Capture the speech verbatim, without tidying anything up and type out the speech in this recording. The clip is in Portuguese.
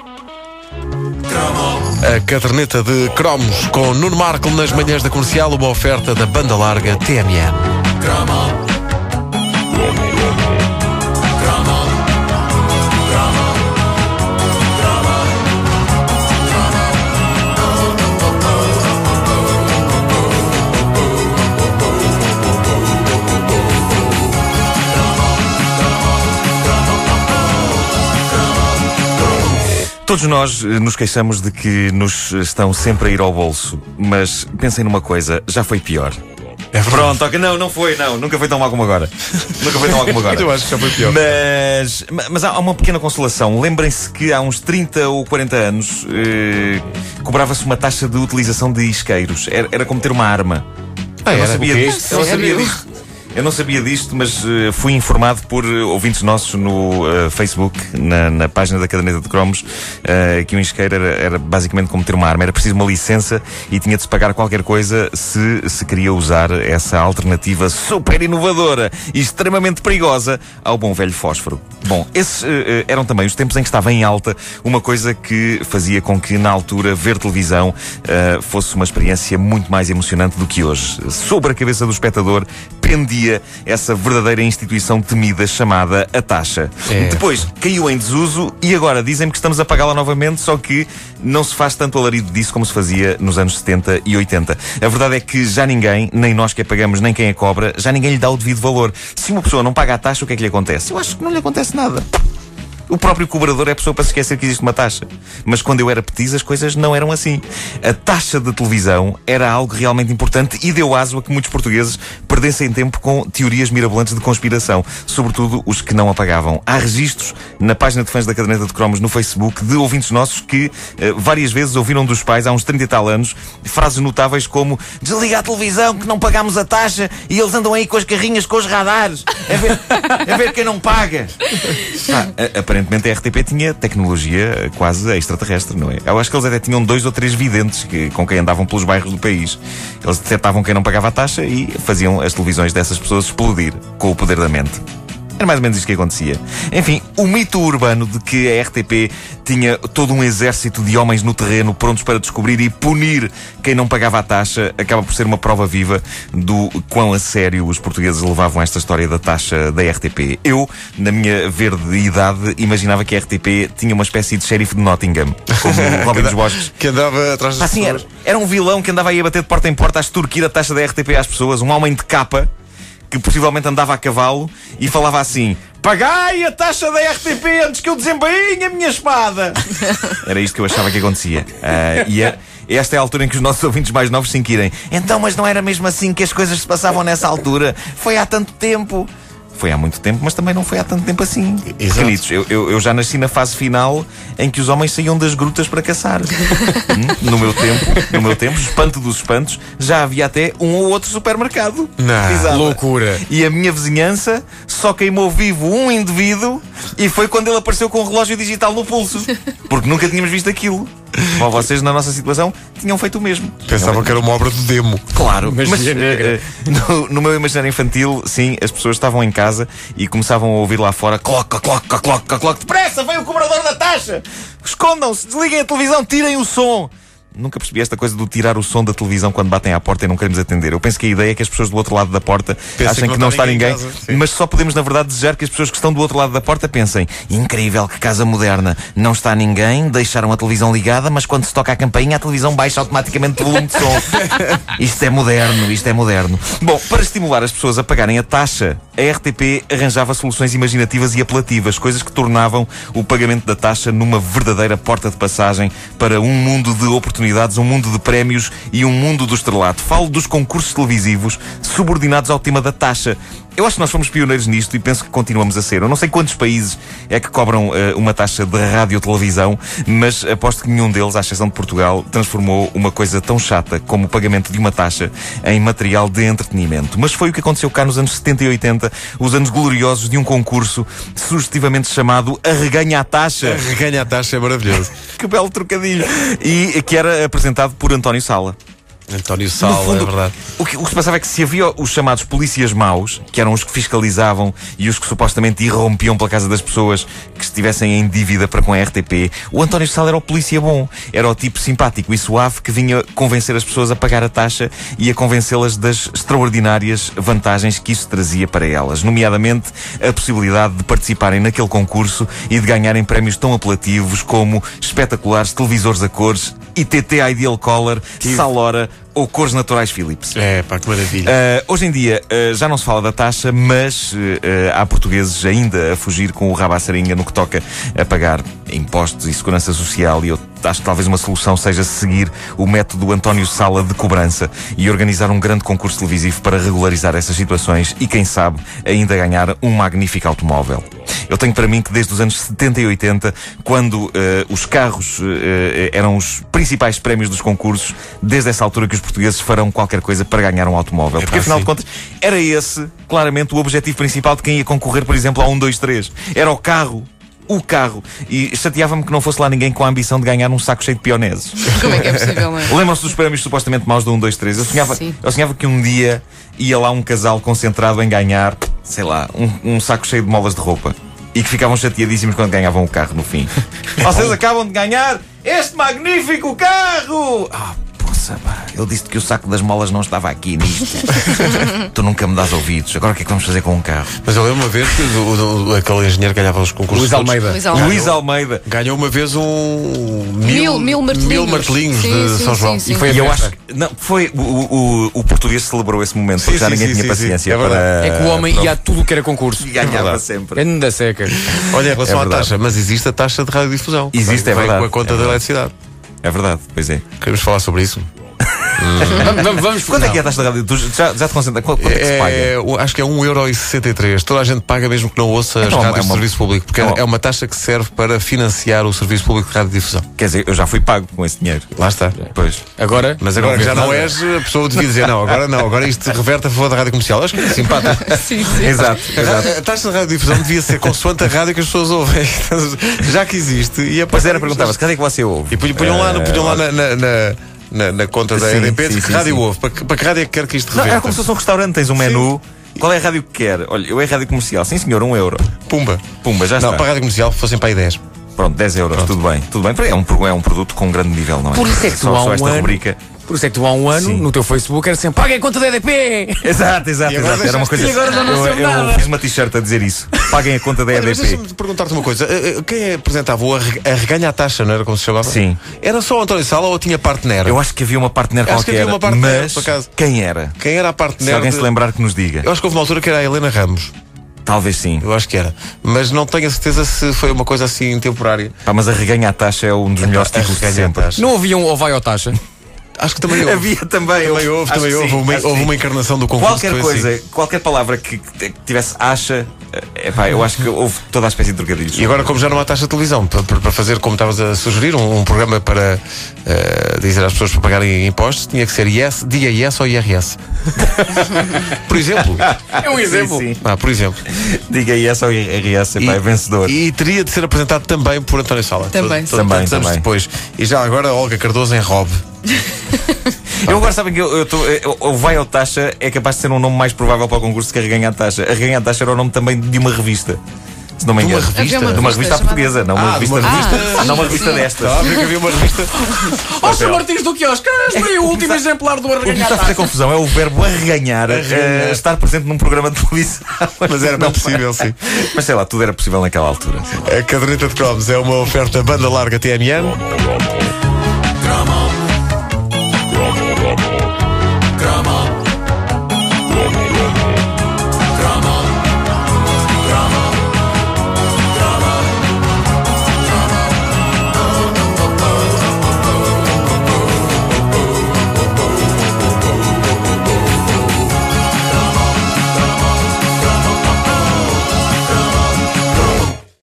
A caderneta de cromos com Nuno Marco nas manhãs da Comercial, uma oferta da banda larga T M N. Todos nós nos queixamos de que nos estão sempre a ir ao bolso, mas pensem numa coisa, já foi pior. É Pronto, ok, não, não foi, não, nunca foi tão mal como agora. Nunca foi tão mal como agora. Eu acho que já foi pior. Mas, mas há uma pequena consolação. Lembrem-se que há uns trinta ou quarenta anos eh, cobrava-se uma taxa de utilização de isqueiros. Era, era como ter uma arma. Ah, eu não era? sabia O quê? disto. Eu não sabia disto. Eu não sabia disto, mas uh, fui informado por uh, ouvintes nossos no uh, Facebook, na, na página da caderneta de cromos, uh, que um isqueiro era, era basicamente como ter uma arma. Era preciso uma licença e tinha de se pagar qualquer coisa se se queria usar essa alternativa super inovadora e extremamente perigosa ao bom velho fósforo. Bom, esses uh, uh, eram também os tempos em que estava em alta uma coisa que fazia com que, na altura, ver televisão uh, fosse uma experiência muito mais emocionante do que hoje. Sobre a cabeça do espectador pendia essa verdadeira instituição temida chamada a taxa. É. Depois caiu em desuso e agora dizem-me que estamos a pagá-la novamente, só que não se faz tanto alarido disso como se fazia nos anos setenta e oitenta. A verdade é que já ninguém, nem nós que a pagamos, nem quem a cobra, já ninguém lhe dá o devido valor. Se uma pessoa não paga a taxa, o que é que lhe acontece? Eu acho que não lhe acontece nada. O próprio cobrador é a pessoa para se esquecer que existe uma taxa. Mas quando eu era petiz, as coisas não eram assim. A taxa de televisão era algo realmente importante e deu aso a que muitos portugueses perdessem tempo com teorias mirabolantes de conspiração. Sobretudo os que não a pagavam. Há registros na página de fãs da caderneta de cromos no Facebook de ouvintes nossos que eh, várias vezes ouviram dos pais, há uns trinta e tal anos, frases notáveis como: desliga a televisão que não pagámos a taxa, e eles andam aí com as carrinhas, com os radares, a ver, a ver quem não paga. Ah, aparentemente Aparentemente a R T P tinha tecnologia quase extraterrestre, não é? Eu acho que eles até tinham dois ou três videntes que, com quem andavam pelos bairros do país. Eles detectavam quem não pagava a taxa e faziam as televisões dessas pessoas explodir com o poder da mente. Era mais ou menos isto que acontecia. Enfim, o mito urbano de que a R T P tinha todo um exército de homens no terreno prontos para descobrir e punir quem não pagava a taxa acaba por ser uma prova viva do quão a sério os portugueses levavam esta história da taxa da R T P. Eu, na minha verde idade, imaginava que a R T P tinha uma espécie de xerife de Nottingham, como o Robin dos Bosques. Que andava atrás das assim, pessoas. Era, era um vilão que andava aí a bater de porta em porta a extorquir a taxa da R T P às pessoas, um homem de capa que possivelmente andava a cavalo e falava assim: pagai a taxa da R T P antes que eu desembainhe a minha espada. Era isto que eu achava que acontecia. Uh, e é, esta é a altura em que os nossos ouvintes mais novos se inquirem: então, mas não era mesmo assim que as coisas se passavam nessa altura? Foi há tanto tempo. Foi há muito tempo, mas também não foi há tanto tempo assim. Queridos, eu, eu, eu já nasci na fase final em que os homens saíam das grutas para caçar. hum? No meu tempo, no meu tempo, espanto dos espantos, já havia até um ou outro supermercado. Não, loucura. E a minha vizinhança só queimou vivo um indivíduo e foi quando ele apareceu com um relógio digital no pulso. Porque nunca tínhamos visto aquilo. Bom, vocês na nossa situação tinham feito o mesmo. Pensavam que era uma obra do demo. Claro, mas, mas uh, uh, no, no meu imaginário infantil, sim, as pessoas estavam em casa e começavam a ouvir lá fora: cloca, cloca, cloca, cloca, depressa, vem o cobrador da taxa! Escondam-se, desliguem a televisão, tirem o som! Nunca percebi esta coisa do tirar o som da televisão quando batem à porta e não queremos atender. Eu penso que a ideia é que as pessoas do outro lado da porta Pensem achem que que não não está ninguém, ninguém casa, mas só podemos na verdade desejar que as pessoas que estão do outro lado da porta pensem: incrível, que casa moderna, não está ninguém, deixaram a televisão ligada, mas quando se toca a campainha a televisão baixa automaticamente o volume de som. Isto é moderno, isto é moderno. Bom, para estimular as pessoas a pagarem a taxa, a R T P arranjava soluções imaginativas e apelativas, coisas que tornavam o pagamento da taxa numa verdadeira porta de passagem para um mundo de oportunidades, um mundo de prémios e um mundo do estrelato. Falo dos concursos televisivos subordinados ao tema da taxa. Eu acho que nós fomos pioneiros nisto e penso que continuamos a ser. Eu não sei quantos países é que cobram uh, uma taxa de rádio-televisão, mas aposto que nenhum deles, à exceção de Portugal, transformou uma coisa tão chata como o pagamento de uma taxa em material de entretenimento. Mas foi o que aconteceu cá nos anos setenta e oitenta, os anos gloriosos de um concurso sugestivamente chamado Arreganha a Taxa. Arreganha a taxa é maravilhoso. Que belo trocadilho! E que era apresentado por António Sala. António Sala, fundo, é verdade. O que, o que se passava é que se havia os chamados polícias maus, que eram os que fiscalizavam e os que supostamente irrompiam pela casa das pessoas que estivessem em dívida para com a R T P, o António Sala era o polícia bom. Era o tipo simpático e suave que vinha convencer as pessoas a pagar a taxa e a convencê-las das extraordinárias vantagens que isso trazia para elas. Nomeadamente, a possibilidade de participarem naquele concurso e de ganharem prémios tão apelativos como espetaculares televisores a cores, I T T Ideal Color, Salora ou cores naturais Philips. É, pá, que maravilha. Uh, hoje em dia uh, já não se fala da taxa, mas uh, há portugueses ainda a fugir com o rabo à seringa no que toca a pagar impostos e segurança social, e eu acho que talvez uma solução seja seguir o método António Sala de cobrança e organizar um grande concurso televisivo para regularizar essas situações e, quem sabe, ainda ganhar um magnífico automóvel. Eu tenho para mim que desde os anos setenta e oitenta, quando uh, os carros uh, eram os principais prémios dos concursos, desde essa altura que os portugueses farão qualquer coisa para ganhar um automóvel. É, Porque, afinal sim. de contas, era esse, claramente, o objetivo principal de quem ia concorrer, por exemplo, a um, dois, três. Era o carro. O carro. E chateava-me que não fosse lá ninguém com a ambição de ganhar um saco cheio de pioneses. Como é que é possível, não é? Lembram-se dos prémios supostamente maus do um, dois, três? Eu sonhava, eu sonhava que um dia ia lá um casal concentrado em ganhar, sei lá, um, um saco cheio de molas de roupa. E que ficavam chateadíssimos quando ganhavam o carro no fim. Vocês acabam de ganhar este magnífico carro! Ah, poça, pá, ele disse que o saco das molas não estava aqui nisto. Tu nunca me dás ouvidos. Agora o que é que vamos fazer com um carro? Mas eu lembro uma vez que o, o, aquele engenheiro que ganhava os concursos. Luís todos, Almeida. Luís Almeida. Luís Almeida. ganhou uma vez um Mil- mil martelinhos. mil martelinhos Sim, de sim, São João. sim, sim. E foi a E eu festa. acho que não, foi o, o, o português celebrou esse momento, porque Sim, já sim, ninguém sim, tinha sim, paciência sim. É para. É que o homem para- ia a tudo que era concurso. E ganhava verdade. sempre. Anda seca. Olha, em relação É à verdade. taxa, mas existe a taxa de radiodifusão. Existe, Vem é verdade. com a conta É da verdade. eletricidade. É verdade, pois é. Queremos falar sobre isso? Vamos, vamos, vamos Quanto é que é a taxa de rádio? Tu já, já te concentra? Quanto é que se paga? É, o- acho que é um euro e sessenta e três. Toda a gente paga mesmo que não ouça as Então, rádios é uma- de serviço público, porque é é, uma- é uma taxa que serve para financiar o serviço público de radiodifusão. Quer dizer, eu já fui pago com esse dinheiro. Lá está. Pois. Agora. Mas agora que vês já não nada. és, a pessoa devia dizer não, agora não, agora isto reverte a favor da rádio comercial. Acho que é simpático. Sim, sim. Exato, A, exato. ra- a taxa de radiodifusão devia ser consoante a rádio que as pessoas ouvem. Já que existe. E Pois era, perguntava-se, cadê é que você ouve? E punham punham lá, no- punham lá na, na, na, na- na conta da Sim, E D P sim, que sim, rádio sim. ouve. Para que, para que rádio é que quer que isto Não, reverta? era como se fosse um restaurante, tens um menu. Qual é a rádio que quer? Olha, eu é rádio comercial. Sim, senhor, um euro. Pumba. Pumba, já Não, está. para a rádio comercial fossem para aí dez. Pronto, dez euros, tudo bem. Tudo bem, é um, pro- é um produto com um grande nível, não é? Por isso é que tu só, há só um esta ano- rubrica. Por isso é que tu há um ano, Sim. no teu Facebook, era sempre paguem a conta da E D P! Exato, exato, E agora exato. Era uma coisa. E agora já não eu, sei eu nada. fiz uma t-shirt a dizer isso. Paguem a conta da Olha, mas E D P. deixa-me perguntar-te uma coisa. Eh, eh, Quem apresentava o arre- Arreganha a Taxa, não era como se chamava? Sim. Era só o António Sala ou tinha partner? Eu acho que havia uma partner Acho que qualquer. havia uma partner, mas por acaso. quem era? Quem era a partner? Se alguém de- se lembrar que nos diga. Eu acho que houve uma altura que era a Helena Ramos. Talvez sim. Eu acho que era. Mas não tenho a certeza se foi uma coisa assim temporária. Pá, mas a reganha à taxa é um dos melhores títulos de Arreganha a sempre. Taxa. Não havia um ou vai ao taxa? Acho que também houve. Havia também. Também eu houve, acho também que houve. sim, Uma, acho que houve sim. uma encarnação do concurso. Qualquer que foi coisa, assim. qualquer palavra que, que tivesse acha, é pá, eu acho que houve toda a espécie de trocadilhos. E agora, como já não há taxa de televisão, para, para fazer, como estavas a sugerir, um, um programa para eh, dizer às pessoas para pagarem impostos, tinha que ser I S, D I S ou I R S. Por exemplo. É um exemplo. Sim, sim. Ah, por exemplo. Diga aí essa ou I R S, epá, é vencedor. E teria de ser apresentado também por António Sala. Também, Todo- todo- também, tantos anos também. depois. E já agora Olga Cardoso em Rob. Eu agora sabem que eu, eu tô, eu- o Vai ao Taxa é capaz de ser um nome mais provável para o concurso que a Reganha à Taxa. A Reganha à Taxa era o nome também de uma revista. Se não me De uma engano. revista? De uma Havia uma revista à revista portuguesa, não uma Ah, de revista. uma revista- Ah, não uma revista destas. Estava a ver que havia uma revista. Ó, São Martins do Quiosque, espera aí o último exemplar do O que me Arreganhar está a fazer confusão é o verbo arreganhar, Arreganhar. eh, estar presente num programa de televisão. Mas era Não, bem possível, sim. Mas sei lá, tudo era possível naquela altura. A caderneta de cromos é uma oferta banda larga T M N.